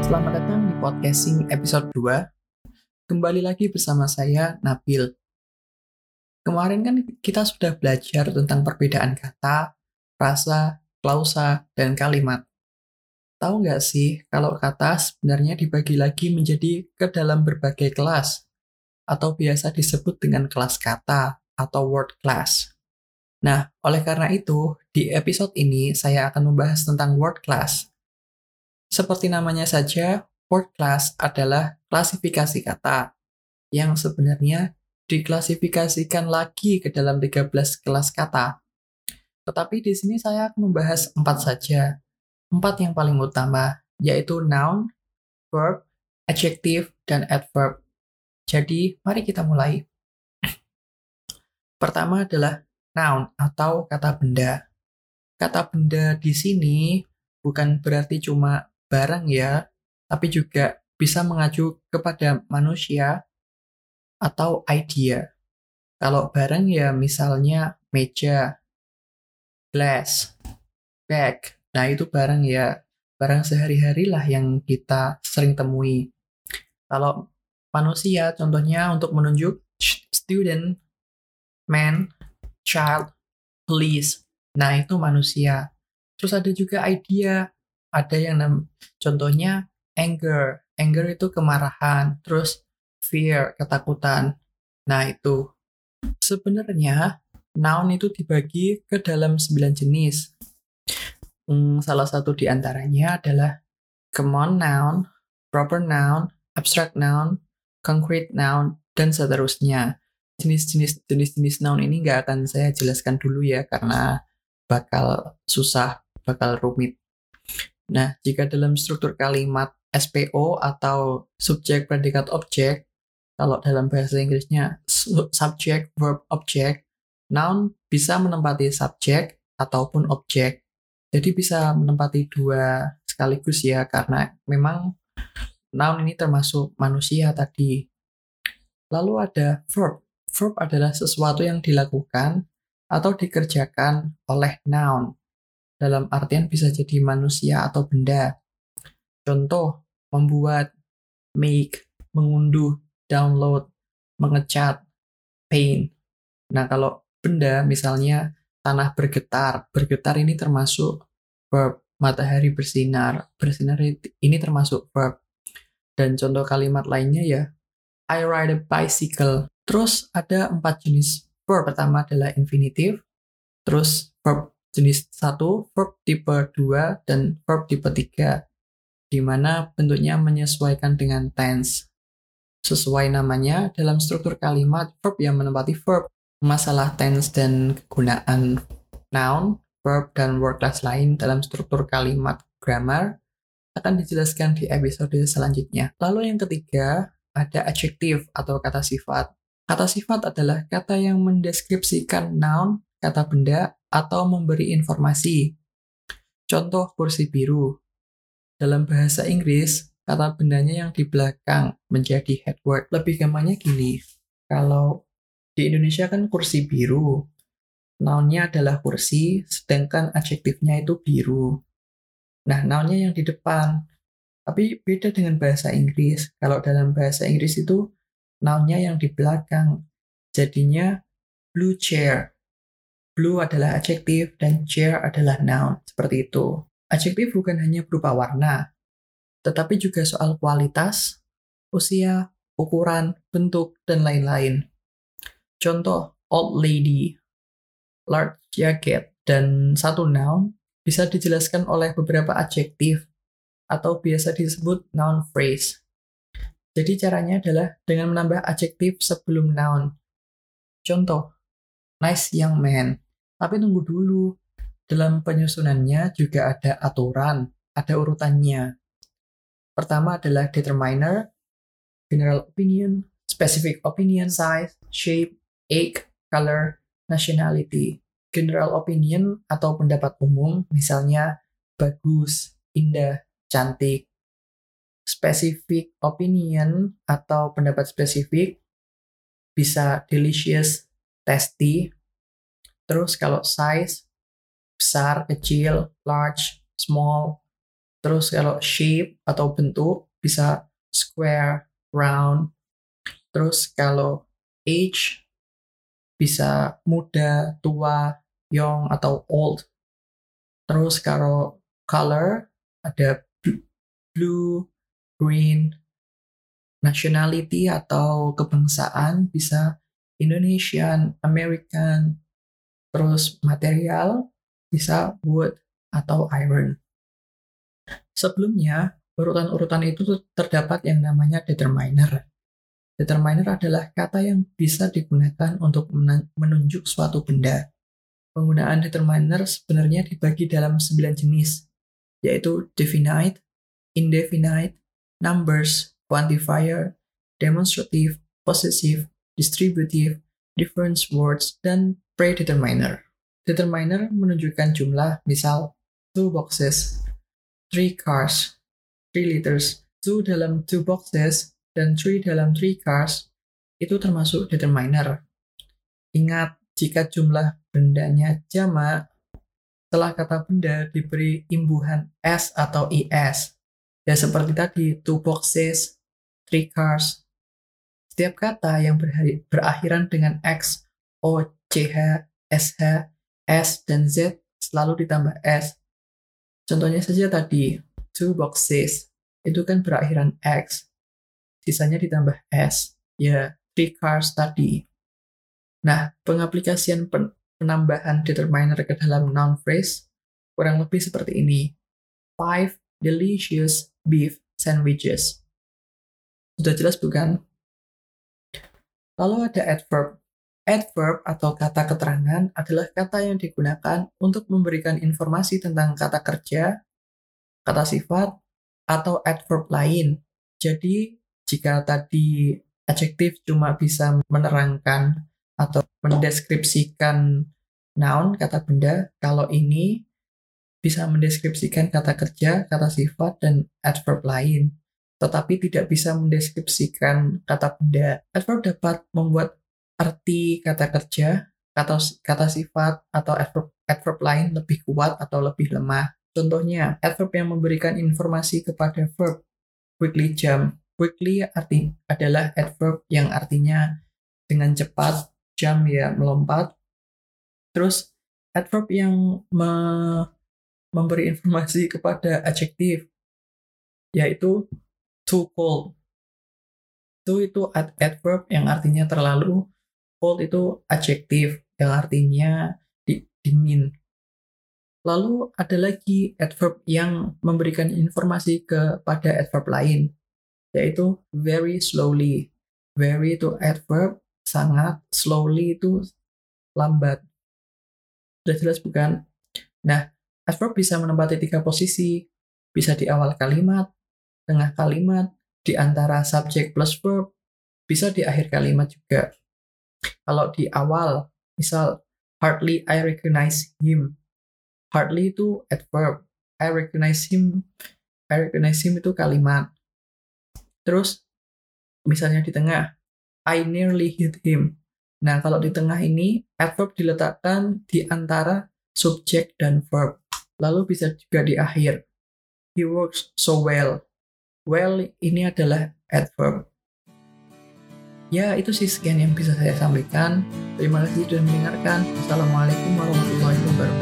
Selamat datang di podcasting episode 2. Kembali lagi bersama saya, Nabil. Kemarin kan kita sudah belajar tentang perbedaan kata, frasa, klausa, dan kalimat. Tahu nggak sih kalau kata sebenarnya dibagi lagi menjadi ke dalam berbagai kelas, atau biasa disebut dengan kelas kata atau word class. Nah, oleh karena itu, di episode ini saya akan membahas tentang word class. Seperti namanya saja, word class adalah klasifikasi kata yang sebenarnya diklasifikasikan lagi ke dalam 13 kelas kata. Tetapi di sini saya akan membahas 4 saja. 4 yang paling utama, yaitu noun, verb, adjective, dan adverb. Jadi, mari kita mulai. Pertama adalah noun atau kata benda. Kata benda di sini bukan berarti cuma barang ya, tapi juga bisa mengacu kepada manusia atau idea. Kalau barang ya misalnya meja, glass, bag. Nah itu barang ya, barang sehari-hari lah yang kita sering temui. Kalau manusia contohnya untuk menunjuk student, man, child, police. Nah itu manusia. Terus ada juga idea. Ada yang contohnya anger. Anger itu kemarahan. Terus fear, ketakutan. Nah itu. Sebenarnya noun itu dibagi ke dalam 9 jenis. Salah satu di antaranya adalah common noun, proper noun, abstract noun, concrete noun, dan seterusnya. Jenis-jenis noun ini nggak akan saya jelaskan dulu ya, karena bakal susah, bakal rumit. Nah, jika dalam struktur kalimat SPO atau subjek, predikat, objek, kalau dalam bahasa Inggrisnya subject, verb, object, noun bisa menempati subjek ataupun objek. Jadi bisa menempati dua sekaligus ya, karena memang noun ini termasuk manusia tadi. Lalu ada verb. Verb adalah sesuatu yang dilakukan atau dikerjakan oleh noun. Dalam artian bisa jadi manusia atau benda. Contoh, membuat, make, mengunduh, download, mengecat, paint. Nah, kalau benda misalnya tanah bergetar. Bergetar ini termasuk verb. Matahari bersinar. Bersinar ini termasuk verb. Dan contoh kalimat lainnya ya, I ride a bicycle. Terus ada 4 jenis verb. Pertama adalah infinitive. Terus verb jenis 1, verb tipe 2, dan verb tipe 3. Di mana bentuknya menyesuaikan dengan tense. Sesuai namanya, dalam struktur kalimat, verb yang menempati verb. Masalah tense dan kegunaan noun, verb, dan word class lain dalam struktur kalimat grammar akan dijelaskan di episode selanjutnya. Lalu yang ketiga, ada adjective atau kata sifat. Kata sifat adalah kata yang mendeskripsikan noun, kata benda, atau memberi informasi. Contoh kursi biru. Dalam bahasa Inggris, kata bendanya yang di belakang menjadi head word. Lebih gampangnya gini, kalau di Indonesia kan kursi biru, nounnya adalah kursi, sedangkan adjektifnya itu biru. Nah, nounnya yang di depan. Tapi beda dengan bahasa Inggris. Kalau dalam bahasa Inggris itu nounnya yang di belakang. Jadinya blue chair. Blue adalah adjektif dan chair adalah noun. Seperti itu. Adjektif bukan hanya berupa warna, tetapi juga soal kualitas, usia, ukuran, bentuk, dan lain-lain. Contoh, old lady, large jacket, dan satu noun bisa dijelaskan oleh beberapa adjektif atau biasa disebut noun phrase. Jadi caranya adalah dengan menambah adjektif sebelum noun. Contoh, nice young man. Tapi tunggu dulu, dalam penyusunannya juga ada aturan, ada urutannya. Pertama adalah determiner, general opinion, specific opinion, size, shape, age, color, nationality. General opinion atau pendapat umum, misalnya bagus, indah, cantik. Specific opinion atau pendapat spesifik bisa delicious, tasty. Terus kalau size, besar, kecil, large, small. Terus kalau shape atau bentuk bisa square, round. Terus kalau age bisa muda, tua, young atau old. Terus kalau color ada blue, green, nationality atau kebangsaan bisa Indonesian, American, terus material bisa wood atau iron. Sebelumnya, urutan-urutan itu terdapat yang namanya determiner. Determiner adalah kata yang bisa digunakan untuk menunjuk suatu benda. Penggunaan determiner sebenarnya dibagi dalam 9 jenis, yaitu definite, indefinite, numbers, quantifier, demonstrative, possessive, distributive, difference words, dan predeterminer. Determiner menunjukkan jumlah, misal 2 boxes, 3 cars, 3 liters, 2 dalam 2 boxes, dan 3 dalam 3 cars, itu termasuk determiner. Ingat, jika jumlah bendanya jamak, setelah kata benda diberi imbuhan s atau is. Ya seperti tadi, 2 boxes, 3 cars. Setiap kata yang berakhiran dengan x, o, ch, sh, s, dan z selalu ditambah s. Contohnya saja tadi, 2 boxes, itu kan berakhiran x. Sisanya ditambah s. Ya, 3 cars tadi. Nah, pengaplikasian penambahan determiner ke dalam noun phrase kurang lebih seperti ini. 5 delicious beef sandwiches. Sudah jelas bukan? Lalu ada adverb. Adverb atau kata keterangan adalah kata yang digunakan untuk memberikan informasi tentang kata kerja, kata sifat, atau adverb lain. Jadi, jika tadi adjektif cuma bisa menerangkan atau mendeskripsikan noun, kata benda, kalau ini bisa mendeskripsikan kata kerja, kata sifat, dan adverb lain. Tetapi tidak bisa mendeskripsikan kata benda. Adverb dapat membuat arti kata kerja, kata sifat, atau adverb lain lebih kuat atau lebih lemah. Contohnya, adverb yang memberikan informasi kepada verb, quickly jump. Quickly adalah adverb yang artinya dengan cepat, jump ya melompat. Terus adverb yang memberi informasi kepada adjektif, yaitu too cold. Too itu adverb yang artinya terlalu, cold itu adjektif yang artinya dingin. Lalu ada lagi adverb yang memberikan informasi kepada adverb lain, yaitu very slowly. Very itu adverb, sangat, slowly itu lambat. Sudah jelas bukan? Nah, adverb bisa menempati 3 posisi. Bisa di awal kalimat, tengah kalimat, di antara subjek plus verb, bisa di akhir kalimat juga. Kalau di awal, misal, hardly I recognize him. Hardly itu adverb. I recognize him itu kalimat. Terus, misalnya di tengah, I nearly hit him. Nah, kalau di tengah ini, adverb diletakkan di antara subjek dan verb. Lalu bisa juga di akhir. He works so well. Well, ini adalah adverb. Ya, itu sih sekian yang bisa saya sampaikan. Terima kasih sudah mendengarkan. Assalamualaikum warahmatullahi wabarakatuh.